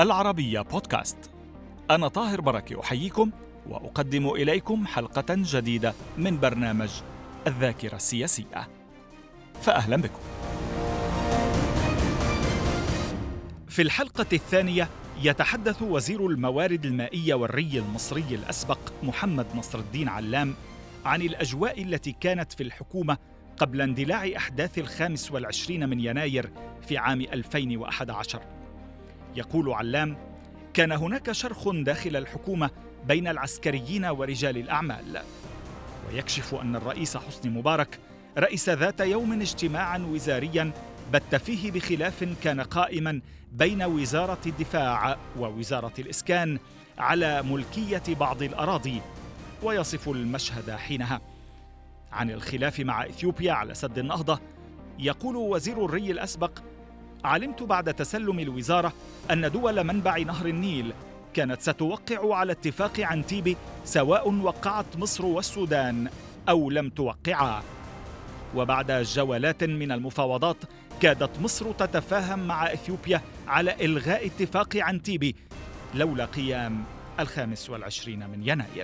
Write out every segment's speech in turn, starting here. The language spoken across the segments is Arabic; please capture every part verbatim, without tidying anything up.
العربية بودكاست. أنا طاهر بركة أحييكم وأقدم إليكم حلقة جديدة من برنامج الذاكرة السياسية، فأهلا بكم. في الحلقة الثانية يتحدث وزير الموارد المائية والري المصري الأسبق محمد نصر الدين علام عن الأجواء التي كانت في الحكومة قبل اندلاع أحداث الخامس والعشرين من يناير في عام ألفين وأحد عشر. يقول علام: كان هناك شرخ داخل الحكومة بين العسكريين ورجال الأعمال، ويكشف أن الرئيس حسني مبارك رئيس ذات يوم اجتماعاً وزارياً بت فيه بخلاف كان قائماً بين وزارة الدفاع ووزارة الإسكان على ملكية بعض الأراضي، ويصف المشهد حينها. عن الخلاف مع إثيوبيا على سد النهضة يقول وزير الري الأسبق: علمت بعد تسلم الوزارة أن دول منبع نهر النيل كانت ستوقع على اتفاق عنتيبي سواء وقعت مصر والسودان أو لم توقعا، وبعد جولات من المفاوضات كادت مصر تتفاهم مع إثيوبيا على إلغاء اتفاق عنتيبي لولا قيام الخامس والعشرين من يناير.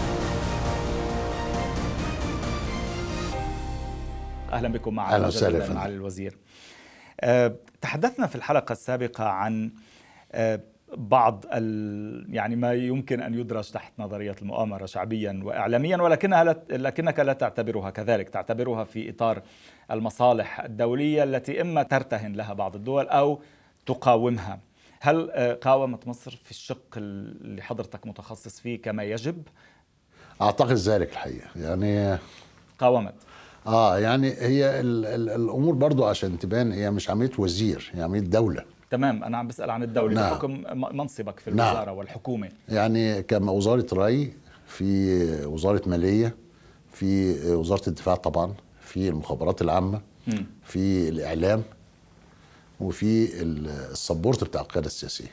أهلا بكم معنا مع الوزير. أه تحدثنا في الحلقة السابقة عن أه بعض يعني ما يمكن أن يدرج تحت نظرية المؤامرة شعبيا وإعلاميا، ولكنها لا لكنك لا تعتبرها كذلك، تعتبرها في إطار المصالح الدولية التي إما ترتهن لها بعض الدول أو تقاومها. هل قاومت مصر في الشق اللي حضرتك متخصص فيه كما يجب؟ أعتقد ذلك الحقيقة، يعني قاومت آه يعني هي ال ال الأمور برضو عشان تبان هي مش عملية وزير، هي عملية دولة. تمام، أنا عم بسأل عن الدولة. نعم. بحكم منصبك في الوزارة. نعم. والحكومة، يعني كما وزارة ري، في وزارة مالية، في وزارة الدفاع طبعا، في المخابرات العامة، م. في الإعلام، وفي السبورت بتاع القيادة السياسية.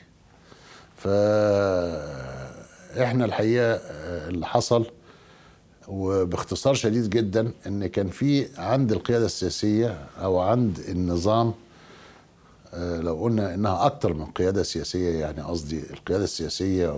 فإحنا الحقيقة اللي حصل وباختصار شديد جدا ان كان في عند القيادة السياسية او عند النظام، لو قلنا انها اكتر من قيادة سياسية، يعني قصدي القيادة السياسية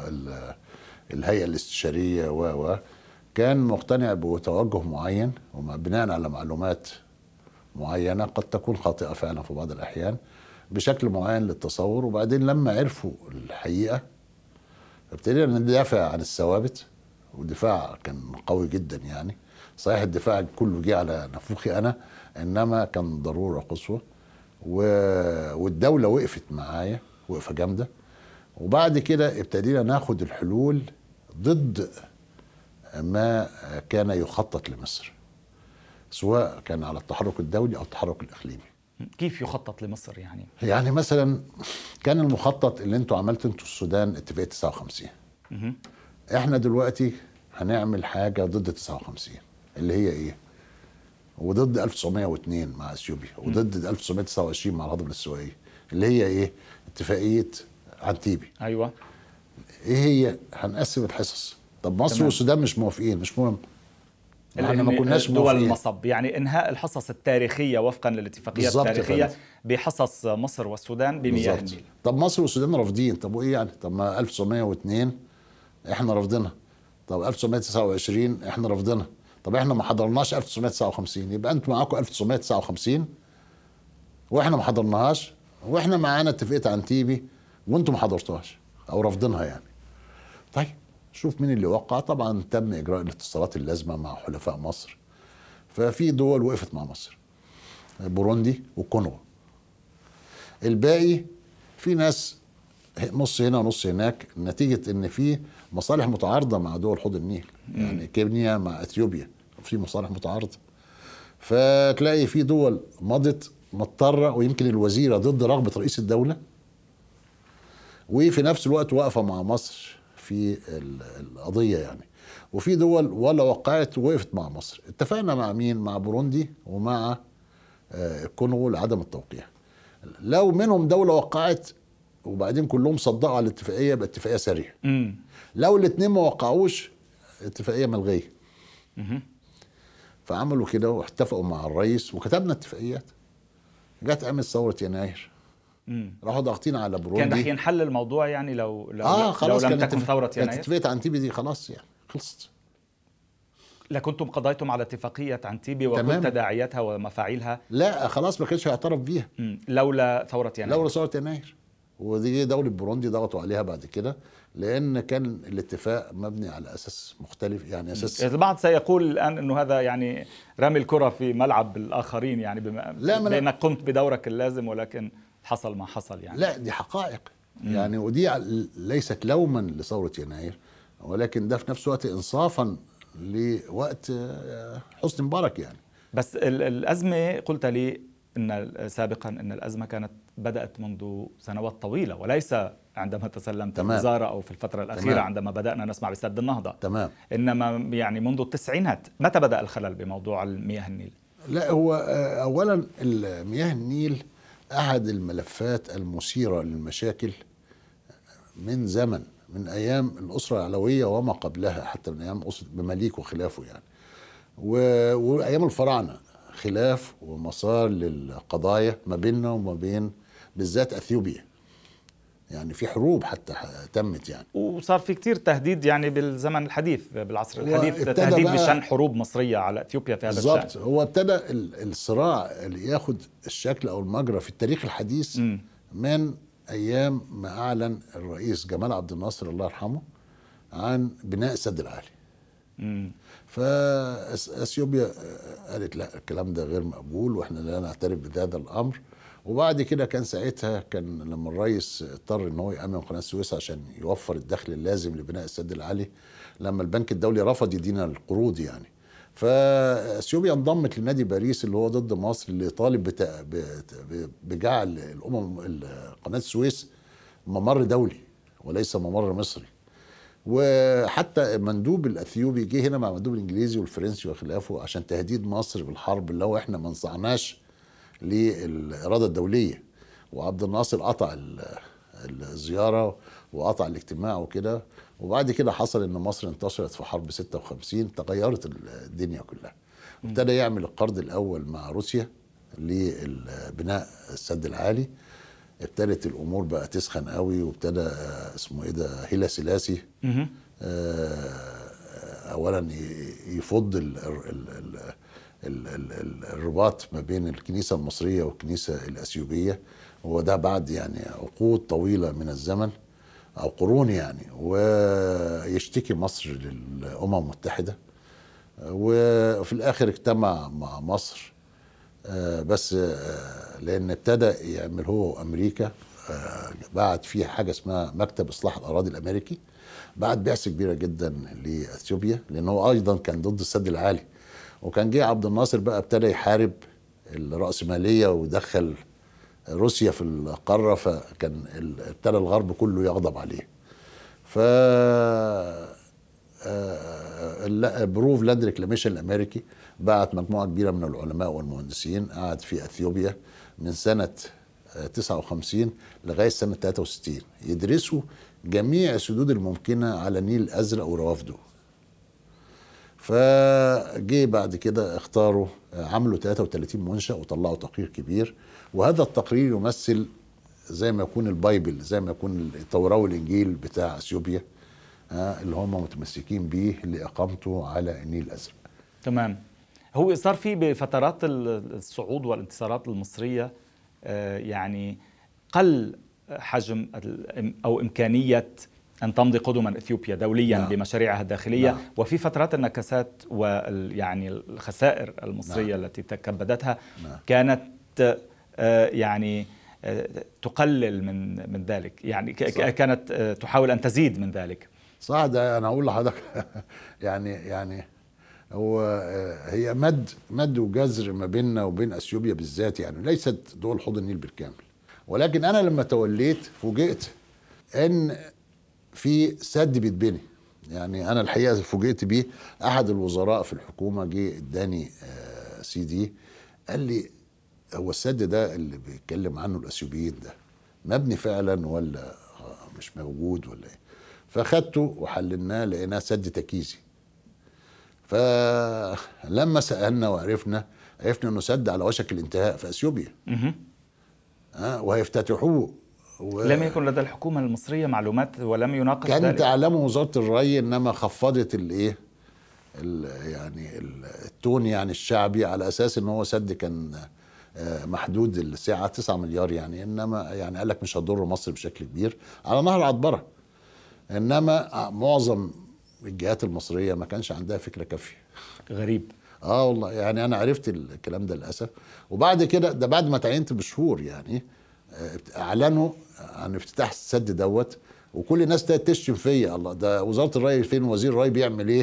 والهيئة الاستشارية و كان مقتنع بتوجه معين وبناء على معلومات معينة قد تكون خاطئة فعلا في بعض الاحيان بشكل معين للتصور. وبعدين لما عرفوا الحقيقة ابتدينا ندافع عن الثوابت، ودفاع كان قوي جدا. يعني صحيح الدفاع كله جه على نفوخي انا، انما كان ضروره قصوى، والدوله وقفت معايا وقفه جامده. وبعد كده ابتدينا ناخد الحلول ضد ما كان يخطط لمصر، سواء كان على التحرك الدولي او التحرك الاقليمي. كيف يخطط لمصر يعني؟ يعني مثلا كان المخطط اللي انتوا عملتوا انتوا السودان اتفاقيه تسعة وخمسين. احنا دلوقتي هنعمل حاجة ضد تسعة وخمسين اللي هي ايه، وضد ألف وتسعمائة واثنين مع اثيوبيا، وضد ألف وتسعمائة وتسعة وعشرين مع الهضبة السوية اللي هي ايه، اتفاقية عنتيبي. ايوه، ايه هي؟ هنقسم الحصص. طب مصر والسودان مش موافقين، مش مهم، احنا ما كناش دول المصب، يعني انهاء الحصص التاريخية وفقا للاتفاقيات التاريخية فهد. بحصص مصر والسودان بمياه النيل. طب مصر والسودان رافضين، طب وايه يعني؟ طب ما ألف وتسعمائة واثنين احنا رافضينها، طب ألف وتسعمائة وتسعة وعشرين احنا رافضينها، طب احنا ما حضرناش ألف وتسعمائة وتسعة وخمسين، يبقى انتوا معاكم ألف وتسعمائة وتسعة وخمسين واحنا ما حضرناهاش، واحنا معانا اتفاقية عنتيبي وانتوا ما حضرتوهاش او رافضينها يعني. طيب شوف مين اللي وقع. طبعا تم اجراء الاتصالات اللازمه مع حلفاء مصر، ففي دول وقفت مع مصر، بوروندي وكونغو. الباقي في ناس نص هنا ونص هناك، نتيجة ان في مصالح متعارضة مع دول حوض النيل. يعني كينيا مع اثيوبيا في مصالح متعارضة، فتلاقي في دول مضت مضطرة، ويمكن الوزيرة ضد رغبة رئيس الدولة، وفي نفس الوقت واقفة مع مصر في القضية يعني. وفي دول ولا وقعت ووقفت مع مصر. اتفقنا مع مين؟ مع بوروندي ومع الكونغو لعدم التوقيع. لو منهم دولة وقعت وبعدين كلهم صدقوا على الاتفاقيه يبقى اتفاقيه سريعه. لو الاثنين ما وقعوش اتفاقيه ملغيه. فعملوا كده واتفقوا مع الرئيس وكتبنا اتفاقيات. جت قامت ثوره يناير راحوا ضاغطين على بروندي. كان رح ينحل الموضوع يعني لو لو, آه خلاص لو لم تكن ثورة يناير. اتفقت عن دي خلاص يعني خلصت. لكنتم قضيتم على اتفاقية عن وكل تداعياتها ومفاعيلها؟ لا خلاص ما كانش هيعترف بيها لولا ثورة يناير. لولا ثورة يناير. ودي دولة بوروندي ضغطوا عليها بعد كده لأن كان الاتفاق مبني على أساس مختلف، يعني أساس البعض سيقول الآن أنه هذا يعني رمي الكرة في ملعب الآخرين، يعني بما لأنك قمت بدورك اللازم ولكن حصل ما حصل يعني. لا دي حقائق يعني، ودي ليست لوما لثورة يناير، ولكن ده في نفس الوقت إنصافا لوقت حسني مبارك يعني. بس الأزمة قلت لي إن سابقا أن الأزمة كانت بدأت منذ سنوات طويلة وليس عندما تسلمت الوزارة أو في الفترة الأخيرة تمام. عندما بدأنا نسمع بسد النهضة تمام. إنما يعني منذ التسعينات. متى بدأ الخلل بموضوع المياه النيل؟ لا هو أولا المياه النيل أحد الملفات المثيرة للمشاكل من زمن، من أيام الأسرة العلوية وما قبلها، حتى من أيام أسرة بمليك وخلافه يعني، وأيام الفراعنة خلاف ومسار للقضايا ما بيننا وما بين بالذات أثيوبيا، يعني في حروب حتى تمت يعني، وصار في كتير تهديد يعني بالزمن الحديث بالعصر الحديث تهديد بشن حروب مصرية على أثيوبيا في هذا الشأن. بالضبط. هو ابتدى الصراع اللي ياخد الشكل أو المجرى في التاريخ الحديث م. من أيام ما أعلن الرئيس جمال عبد الناصر الله يرحمه عن بناء السد العالي. فأثيوبيا قالت لا الكلام ده غير مقبول واحنا لا نعترف بهذا الأمر. وبعد كده كان ساعتها كان لما الرئيس اضطر ان هو يأمن قناة السويس عشان يوفر الدخل اللازم لبناء السد العالي، لما البنك الدولي رفض يدينا القروض يعني، فاثيوبيا انضمت لنادي باريس اللي هو ضد مصر اللي طالب بتا... بجعل الامم قناة السويس ممر دولي وليس ممر مصري. وحتى مندوب الاثيوبي جه هنا مع المندوب الانجليزي والفرنسي وخلافه عشان تهديد مصر بالحرب اللي هو احنا ما نصعناش للاراده الدوليه، وعبد الناصر قطع الزياره وقطع الاجتماع وكده. وبعد كده حصل ان مصر انتصرت في حرب ستة وخمسين، تغيرت الدنيا كلها. ابتدى يعمل القرض الاول مع روسيا لبناء السد العالي، ابتدت الامور بقى تسخن قوي، وابتدى اسمه ايه ده هيلا سلاسي اولا يفض ال ال ال ال الرباط ما بين الكنيسه المصريه والكنيسه الاثيوبيه، وده بعد يعني عقود طويله من الزمن او قرون يعني، ويشتكي مصر للامم المتحده، وفي الاخر اجتمع مع مصر بس لان ابتدى يعمل هو وامريكا بعد فيه حاجه اسمها مكتب اصلاح الاراضي الامريكي، بعد بعثه كبيره جدا لاثيوبيا لان هو ايضا كان ضد السد العالي. وكان جه عبد الناصر بقى ابتدى يحارب الرأسمالية ودخل روسيا في القارة، فكان ابتدى الغرب كله يغضب عليه. ف بروف لاند ريكلاميشن الامريكي بعت مجموعه كبيره من العلماء والمهندسين، قعد في اثيوبيا من سنه تسعة وخمسين لغايه سنه ثلاثة وستين يدرسوا جميع السدود الممكنه على النيل الازرق وروافده. فجي بعد كده اختاروا عملوا ثلاثة وثلاثين منشأ وطلعوا تقرير كبير، وهذا التقرير يمثل زي ما يكون البايبل، زي ما يكون التوراة والإنجيل بتاع اثيوبيا اللي هم متمسكين بيه لإقامته على النيل الأزرق. تمام. هو صار في بفترات الصعود والانتصارات المصرية يعني قل حجم أو إمكانية أن تمضي قدما إثيوبيا دوليا نعم. بمشاريعها الداخلية نعم. وفي فترات النكسات ويعني الخسائر المصرية نعم. التي تكبدتها نعم. كانت يعني تقلل من من ذلك، يعني صح. كانت تحاول أن تزيد من ذلك. صح. ده أنا أقول لحضرتك يعني يعني هو هي مد مد وجزر ما بيننا وبين اثيوبيا بالذات، يعني ليست دول حوض النيل بالكامل. ولكن انا لما توليت فوجئت ان في سد بيتبني، يعني انا الحقيقه فوجئت بيه. احد الوزراء في الحكومه جه اداني سي دي قال لي هو السد ده اللي بيتكلم عنه الاثيوبيين ده مبني فعلا ولا مش موجود ولا ايه؟ فاخدته وحللناه لقيناه سد تكيزي. فلما سألنا وعرفنا عرفنا انه سد على وشك الانتهاء في اثيوبيا. أه وهيفتتحوه و... لم يكن لدى الحكومة المصرية معلومات ولم يناقش كان ذلك؟ تعلمه وزارة الري، إنما خفضت الإيه يعني التون يعني الشعبي على أساس إن هو سد كان محدود الساعة تسعة مليار يعني، إنما يعني قال لك مش هتضر مصر بشكل كبير على نهر عطبرة. إنما معظم الجهات المصرية ما كانش عندها فكرة كافية. غريب. اه والله يعني انا عرفت الكلام ده للاسف، وبعد كده ده بعد ما تعينت بشهور يعني اعلنوا عن افتتاح السد دوت، وكل الناس تشتم فيا، الله ده وزاره الري فين، وزير الري بيعمل ايه؟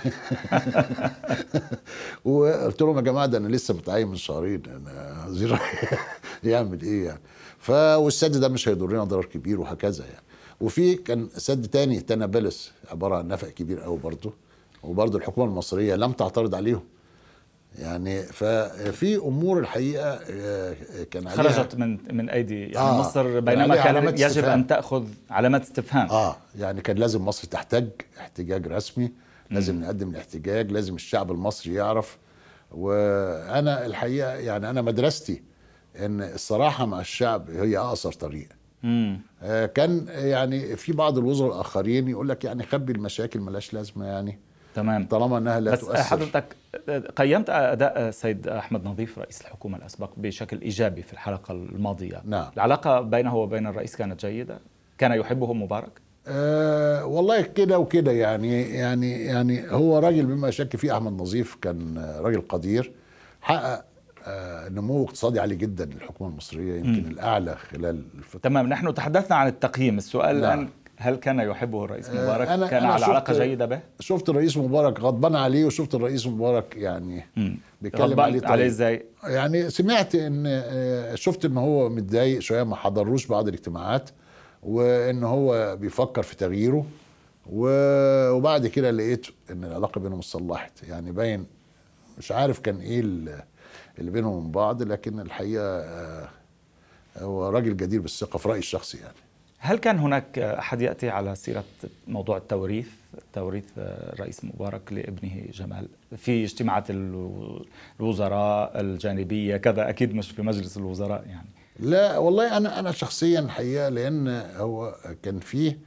وقلت لهم يا جماعه ده انا لسه متعين من شهرين، انا وزير الري يعمل ايه يعني؟ ف والسد ده مش هيضرنا ضرر كبير وهكذا يعني. وفي كان سد تاني تنابلس عباره عن نفق كبير قوي برضه، وبرضه الحكومه المصريه لم تعترض عليهم يعني. ففي امور الحقيقه كان عليها خرجت من من ايدي يعني آه مصر، بينما كان يجب استفهام. ان تاخذ علامات استفهام. اه يعني كان لازم مصر تحتاج احتجاج رسمي، لازم م. نقدم الاحتجاج، لازم الشعب المصري يعرف. وانا الحقيقه يعني انا مدرستي ان الصراحه مع الشعب هي اقصر طريق. آه كان يعني في بعض الوزراء الاخرين يقول لك يعني خبي المشاكل ملاش لازمه يعني، تمام، طالما انها لا بس تؤثر. حضرتك قيمت اداء السيد احمد نظيف رئيس الحكومه الاسبق بشكل ايجابي في الحلقه الماضيه. نعم. العلاقه بينه وبين الرئيس كانت جيده؟ كان يحبه مبارك؟ أه والله كده وكده يعني يعني يعني هو راجل بما شك فيه احمد نظيف كان راجل قدير، حقق أه نمو اقتصادي عالي جدا للحكومه المصريه، يمكن م. الاعلى خلال الفترة. تمام، نحن تحدثنا عن التقييم، السؤال الان هل كان يحبه الرئيس مبارك؟ أنا كان أنا على علاقة جيدة به؟ شفت الرئيس مبارك غضبان عليه، وشفت الرئيس مبارك يعني بيتكلم عليه طيب. عليه ازاي؟ يعني سمعت ان شفت ان هو متضايق شويه، ما حضروش بعض الاجتماعات، وان هو بيفكر في تغييره، وبعد كده لقيت ان العلاقه بينهم اتصلحت يعني، باين مش عارف كان ايه اللي بينهم وبين بعض، لكن الحقيقه هو راجل جدير بالثقه في رايي الشخصي يعني. هل كان هناك أحد يأتي على سيرة موضوع التوريث توريث الرئيس مبارك لابنه جمال في اجتماعات الوزراء الجانبية كذا؟ أكيد مش في مجلس الوزراء يعني. لا والله أنا أنا شخصيا الحقيقة، لأن هو كان فيه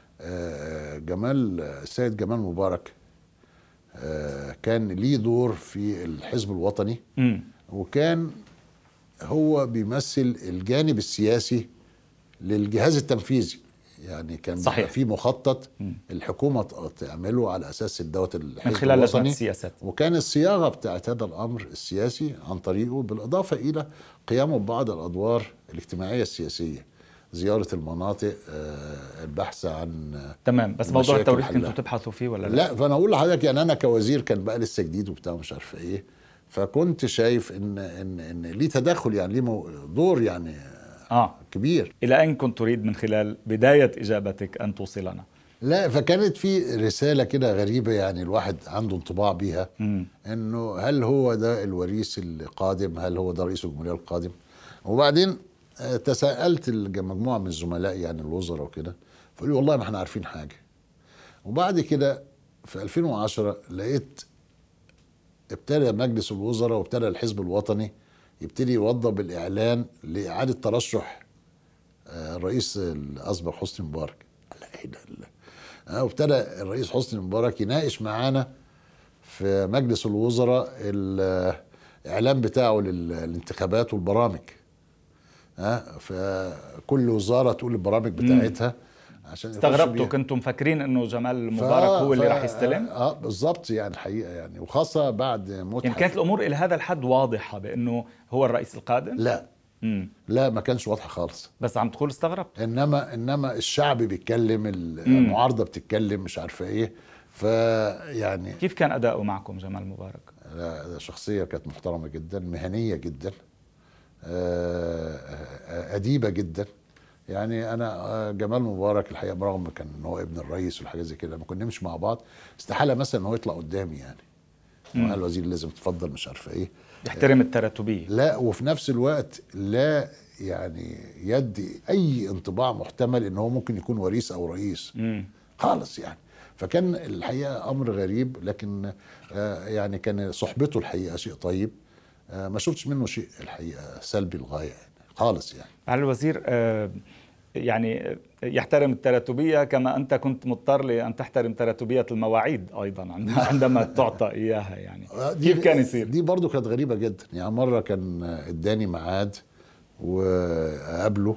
جمال السيد جمال مبارك كان ليه دور في الحزب الوطني، م. وكان هو بيمثل الجانب السياسي للجهاز التنفيذي يعني، كان في مخطط م. الحكومة تعمله على أساس الدوت الحزب من خلال الوطني، السياسات، وكان الصياغة بتاعت هذا الأمر السياسي عن طريقه، بالإضافة إلى قيامه ببعض الأدوار الاجتماعية السياسية، زيارة المناطق، البحث عن تمام. بس موضوع التوريث كنتوا تبحثوا فيه ولا لا؟ لا، فأنا أقول لحضرتك يعني أنا كوزير كان بقى لسه جديد وبتاع مش عارف إيه، فكنت شايف إن إن إن ليه تدخل يعني، ليه دور يعني آه. كبير. إلى أين كنت تريد من خلال بداية إجابتك أن توصلنا؟ لا، فكانت في رسالة كده غريبة يعني، الواحد عنده انطباع بيها م. إنه هل هو ده الوريث القادم، هل هو ده رئيس الجمهورية القادم. وبعدين تساءلت مجموعة من الزملاء يعني الوزراء وكده، فقالوا والله ما احنا عارفين حاجة. وبعد كده في ألفين وعشرة لقيت ابتدى مجلس الوزراء وابتدى الحزب الوطني يبتدي يوضب بالإعلان لإعادة ترشح الرئيس الأسبق حسني مبارك. لا إيه ده، وابتدى الرئيس حسني مبارك يناقش معانا في مجلس الوزراء الإعلان بتاعه للانتخابات والبرامج. ها فكل وزارة تقول البرامج بتاعتها عشان استغربتوا، كنتم مفكرين انه جمال مبارك هو اللي راح يستلم؟ اه بالظبط يعني الحقيقه يعني، وخاصه بعد موت يعني كانت الامور الى هذا الحد واضحه بانه هو الرئيس القادم؟ لا مم. لا ما كانش واضحه خالص، بس عم تقول استغربت. انما انما الشعب بيتكلم، المعارضه بتتكلم، مش عارفه ايه، فيعني كيف كان اداؤه معكم جمال مبارك؟ لا شخصيه كانت محترمه جدا، مهنيه جدا، اديبه جدا يعني. انا جمال مبارك الحقيقه برغم كان ان هو ابن الرئيس والحاجات زي كده، ما كنا نمشي مع بعض، استحاله مثلا ان هو يطلع قدامي يعني، وقال الوزير لازم تفضل مش عارفه ايه، يحترم التراتبيه. لا وفي نفس الوقت لا يعني يدي اي انطباع محتمل ان هو ممكن يكون وريث او رئيس مم. خالص يعني. فكان الحقيقه امر غريب، لكن آه يعني كان صحبته الحقيقه شيء طيب، آه ما شفتش منه شيء الحقيقه سلبي للغايه يعني. خالص يعني. على الوزير آه يعني يحترم التراتبية كما أنت كنت مضطر لأن تحترم تراتبية المواعيد أيضا عندما تعطى إياها يعني. كيف كان يصير؟ دي برضو كانت غريبة جدا يعني. مرة كان اداني ميعاد وقابله،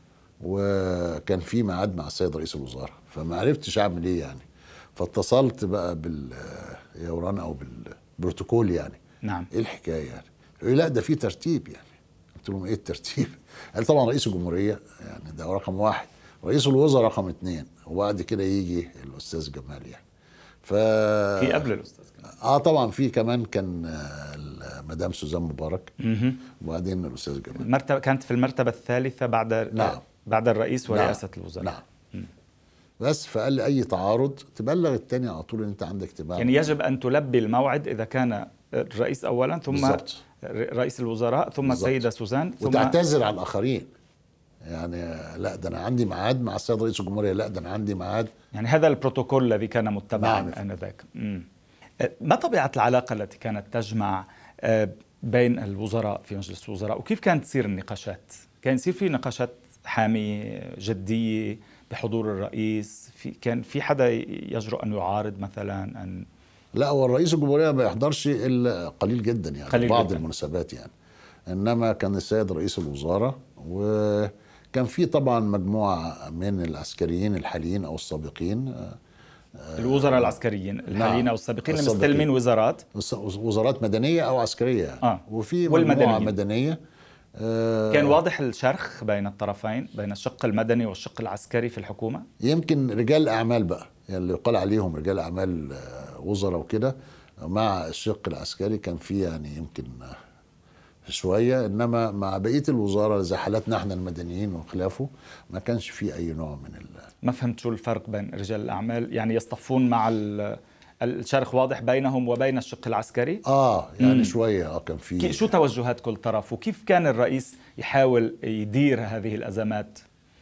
وكان في ميعاد مع السيد رئيس الوزراء، فما عرفتش أعمل إيه يعني. فاتصلت بقى باليوران أو بالبروتوكول يعني. نعم. إيه الحكاية يعني؟ يقول لي لا ده في ترتيب يعني. قلت لهم إيه الترتيب؟ قال طبعا رئيس الجمهورية يعني ده رقم واحد، رئيس الوزراء رقم اتنين، وبعد كده يجي الأستاذ جمال يعني. ف في قبل الأستاذ جمال؟ اه طبعا في كمان كان مدام سوزان مبارك، وبعدين الأستاذ جمال. المرتبة كانت في المرتبة الثالثة بعد نعم. بعد الرئيس ورئاسة نعم. الوزراء. نعم. م. بس فقال لي أي تعارض تبلغ التاني على طول إن أنت عندك اجتماع. يعني يجب أن تلبي الموعد إذا كان الرئيس أولا ثم بالزبط. رئيس الوزراء ثم بالزبط. السيدة سوزان ثم وتعتذر على الآخرين يعني. لا ده أنا عندي ميعاد مع السيد رئيس الجمهورية، لا ده أنا عندي ميعاد. يعني هذا البروتوكول الذي كان متبعا نعم. آنذاك. ما طبيعة العلاقة التي كانت تجمع بين الوزراء في مجلس الوزراء، وكيف كانت تصير النقاشات؟ كان يصير في نقاشات حامية جدية بحضور الرئيس؟ في كان في حدا يجرؤ أن يعارض مثلا أن لا هو الرئيس الجمهورية ما يحضرش إلا قليل جدا يعني، قليل بعض جداً. المناسبات يعني. إنما كان السيد رئيس الوزراء، وكان في طبعا مجموعة من العسكريين الحاليين أو السابقين، الوزراء العسكريين الحاليين نعم. أو السابقين اللي مستلمين وزارات وزارات مدنية أو عسكرية آه. وفي مجموعة مدنية. آه كان واضح الشرخ بين الطرفين، بين الشق المدني والشق العسكري في الحكومة. يمكن رجال أعمال بقى يعني اللي يقال عليهم رجال أعمال وزراء وكده مع الشق العسكري كان في يعني يمكن شوية، إنما مع بقية الوزارة زي حالاتنا احنا المدنيين وخلافه ما كانش في أي نوع من ال... ما فهمت شو الفرق بين رجال الأعمال، يعني يصطفون مع الشرخ واضح بينهم وبين الشق العسكري؟ آه يعني مم. شوية آه كان في. شو توجهات كل طرف وكيف كان الرئيس يحاول يدير هذه الأزمات؟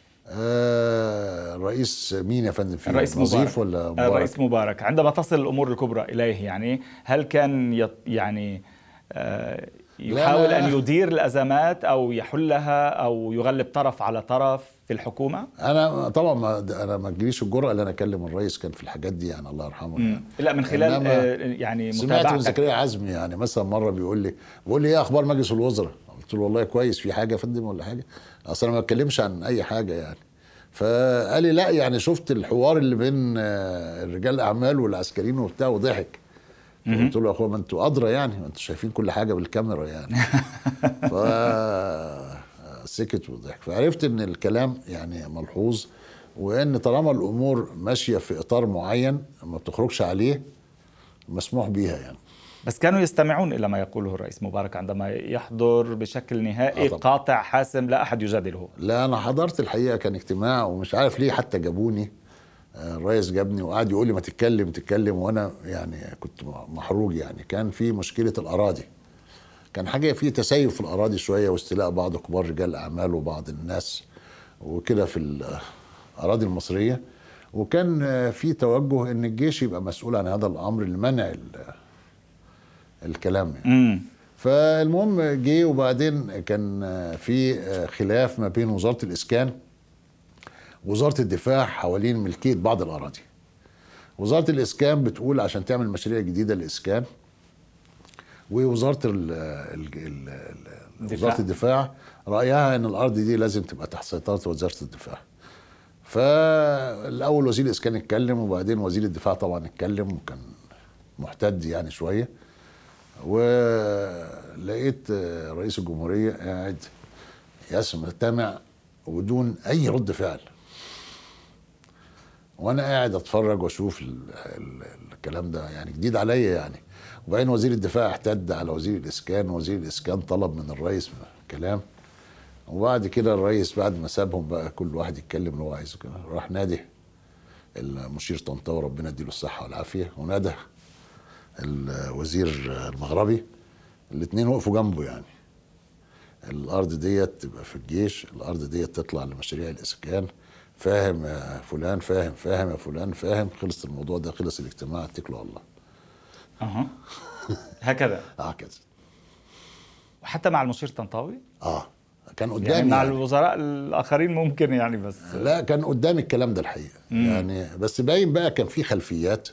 آه الرئيس مين يا فندم فيه؟ الرئيس نظيف مبارك. ولا مبارك؟ الرئيس مبارك عندما تصل الأمور الكبرى إليه يعني هل كان يط... يعني آه يحاول أن يدير الأزمات أو يحلها أو يغلب طرف على طرف في الحكومة؟ أنا طبعا ما أنا ما تجيليش الجرأة اللي أنا أكلم الرئيس كان في الحاجات دي يعني الله يرحمه يعني. لا من خلال يعني سمعت من زكريا عزمي يعني مثلا مرة بيقول لي بيقول لي إيه أخبار مجلس الوزراء؟ قلت له والله كويس، في حاجة يا فندم ولا حاجة؟ أصلا أنا ما بتكلمش عن أي حاجة يعني. فقال لي لا يعني شفت الحوار اللي بين الرجال الأعمال والعسكريين وبتاع وضحك. قلت له يا اخويا ما انتوا ادرى يعني، ما انتوا شايفين كل حاجه بالكاميرا يعني. ف سكت وضحك، فعرفت ان الكلام يعني ملحوظ، وان طالما الامور ماشيه في اطار معين ما بتخرجش عليه مسموح بيها يعني. بس كانوا يستمعون الى ما يقوله الرئيس مبارك عندما يحضر بشكل نهائي قاطع حاسم لا احد يجادله؟ لا انا حضرت الحقيقه، كان اجتماع ومش عارف ليه حتى جابوني، الرئيس جابني وقعد يقول لي ما تتكلم تتكلم وانا يعني كنت محروج يعني. كان في مشكله الاراضي، كان حاجه في تسيب في الاراضي شويه واستيلاء بعض كبار رجال الاعمال وبعض الناس وكده في الاراضي المصريه، وكان في توجه ان الجيش يبقى مسؤول عن هذا الامر لمنع الكلام يعني. فالمهم جه، وبعدين كان في خلاف ما بين وزاره الاسكان وزارة الدفاع حوالين ملكية بعض الأراضي. وزارة الإسكان بتقول عشان تعمل مشاريع جديدة للإسكان، ووزارة ال ال ال وزارة الدفاع رأيها أن الأرض دي لازم تبقى تحت سيطرة وزارة الدفاع. فالأول وزير الإسكان اتكلم، وبعدين وزير الدفاع طبعا اتكلم وكان محتد يعني شوية، ولقيت رئيس الجمهورية قاعد يستمع بدون أي رد فعل، وانا قاعد اتفرج واشوف ال ال الكلام ده يعني جديد عليا يعني. وبعدين وزير الدفاع احتد على وزير الاسكان، وزير الاسكان طلب من الرئيس كلام، وبعد كده الرئيس بعد ما سابهم بقى كل واحد يتكلم اللي هو عايزه كده راح نادي المشير طنطاوي ربنا يديله الصحه والعافيه، ونادى الوزير المغربي، الاثنين وقفوا جنبه يعني. الارض ديت تبقى في الجيش، الارض ديت تطلع لمشاريع الاسكان، فاهم يا فلان فاهم فاهم يا فلان فاهم. خلص الموضوع ده، خلص الاجتماع، اتكلوا على الله. اها هكذا هكذا. وحتى مع المشير طنطاوي؟ اه كان قدامي يعني مع يعني. الوزراء الاخرين ممكن يعني، بس لا كان قدامي الكلام ده الحقيقه. مم. يعني بس باين بقى كان في خلفيات،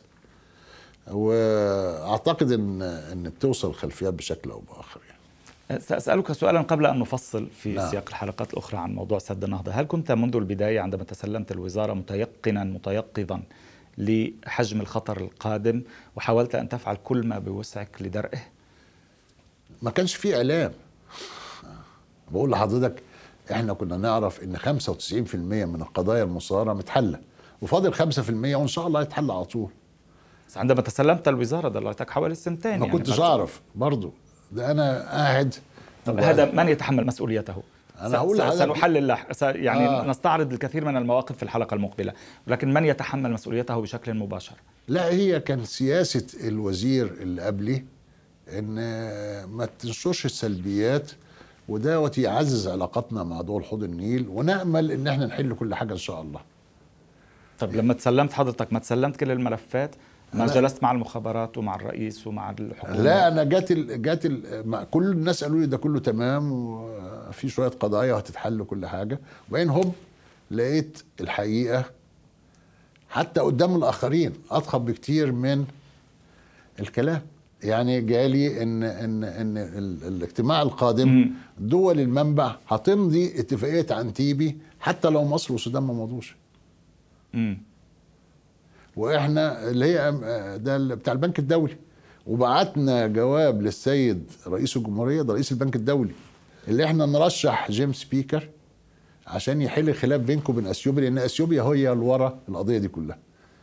واعتقد ان ان بتوصل الخلفيات بشكل او باخر يعني. سأسألك سؤالا قبل أن نفصل في نعم. سياق الحلقات الأخرى عن موضوع سد النهضة. هل كنت منذ البداية عندما تسلمت الوزارة متيقنا متيقظا لحجم الخطر القادم وحاولت أن تفعل كل ما بوسعك لدرئه؟ ما كانش فيه إعلام. بقول لحضرتك احنا كنا نعرف ان خمسة وتسعين بالمئة من القضايا المصارة متحلة، وفاضل خمسة بالمئة وان شاء الله يتحل على طول. بس عندما تسلمت الوزارة ضليتك حوالي سنتين. ما يعني كنتش اعرف برضو، ده انا قاعد. طب هذا من يتحمل مسؤوليته؟ أنا هقول سنحلل يعني آه. نستعرض الكثير من المواقف في الحلقة المقبلة، ولكن من يتحمل مسؤوليته بشكل مباشر؟ لا هي كان سياسة الوزير اللي قبلي ان ما تنشرش السلبيات، ودوت يعزز علاقتنا مع دول حوض النيل، ونأمل ان احنا نحل كل حاجة ان شاء الله. طب لما تسلمت حضرتك ما تسلمت كل الملفات؟ ما لا. جلست مع المخابرات ومع الرئيس ومع الحكومة؟ لا انا جات ال... جات ال... كل الناس قالوا لي ده كله تمام وفي شويه قضايا وهتتحل كل حاجه، وبعدين هم لقيت الحقيقه حتى قدام الاخرين اضخم بكتير من الكلام. يعني جالي ان ان ان ال... الاجتماع القادم م. دول المنبع هتمضي اتفاقيه عنتيبي حتى لو مصر والسودان ما مضوش. امم واحنا اللي هي ده بتاع البنك الدولي، وبعتنا جواب للسيد رئيس الجمهورية، ده رئيس البنك الدولي، اللي احنا نرشح جيمس بيكر عشان يحل الخلاف بينكم وبين اثيوبيا، لان اثيوبيا هي اللي ورا القضية دي كلها.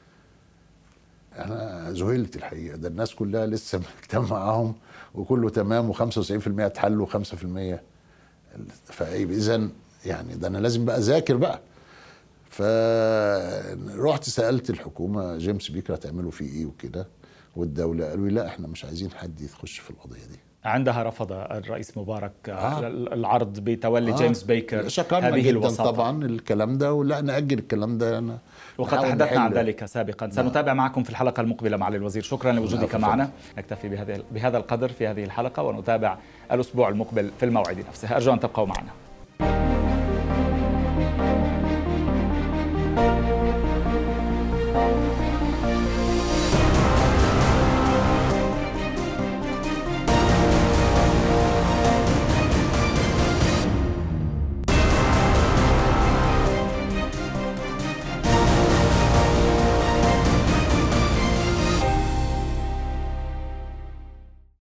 انا ذهلت الحقيقة، ده الناس كلها لسه مجتمع معاهم وكله تمام وخمسة وتسعين بالمئة اتحلوا وخمسة بالمئة. فاذا يعني ده انا لازم بقى اذاكر بقى. فرحت سألت الحكومة جيمس بيكر هتعملوا فيه ايه وكده، والدولة قالوا لي لا احنا مش عايزين حد يخش في القضية دي. عندها رفض الرئيس مبارك آه. العرض بتولي آه. جيمس بيكر شكرنا هذه جدا الوساطة. طبعا الكلام ده، ولا نأجل الكلام ده. أنا وقد تحدثنا عن ذلك سابقا. سنتابع معكم في الحلقة المقبلة معالي الوزير. شكرا لوجودك معنا. نكتفي بهذا بهذا القدر في هذه الحلقة، ونتابع الأسبوع المقبل في الموعد نفسه. أرجو أن تبقوا معنا.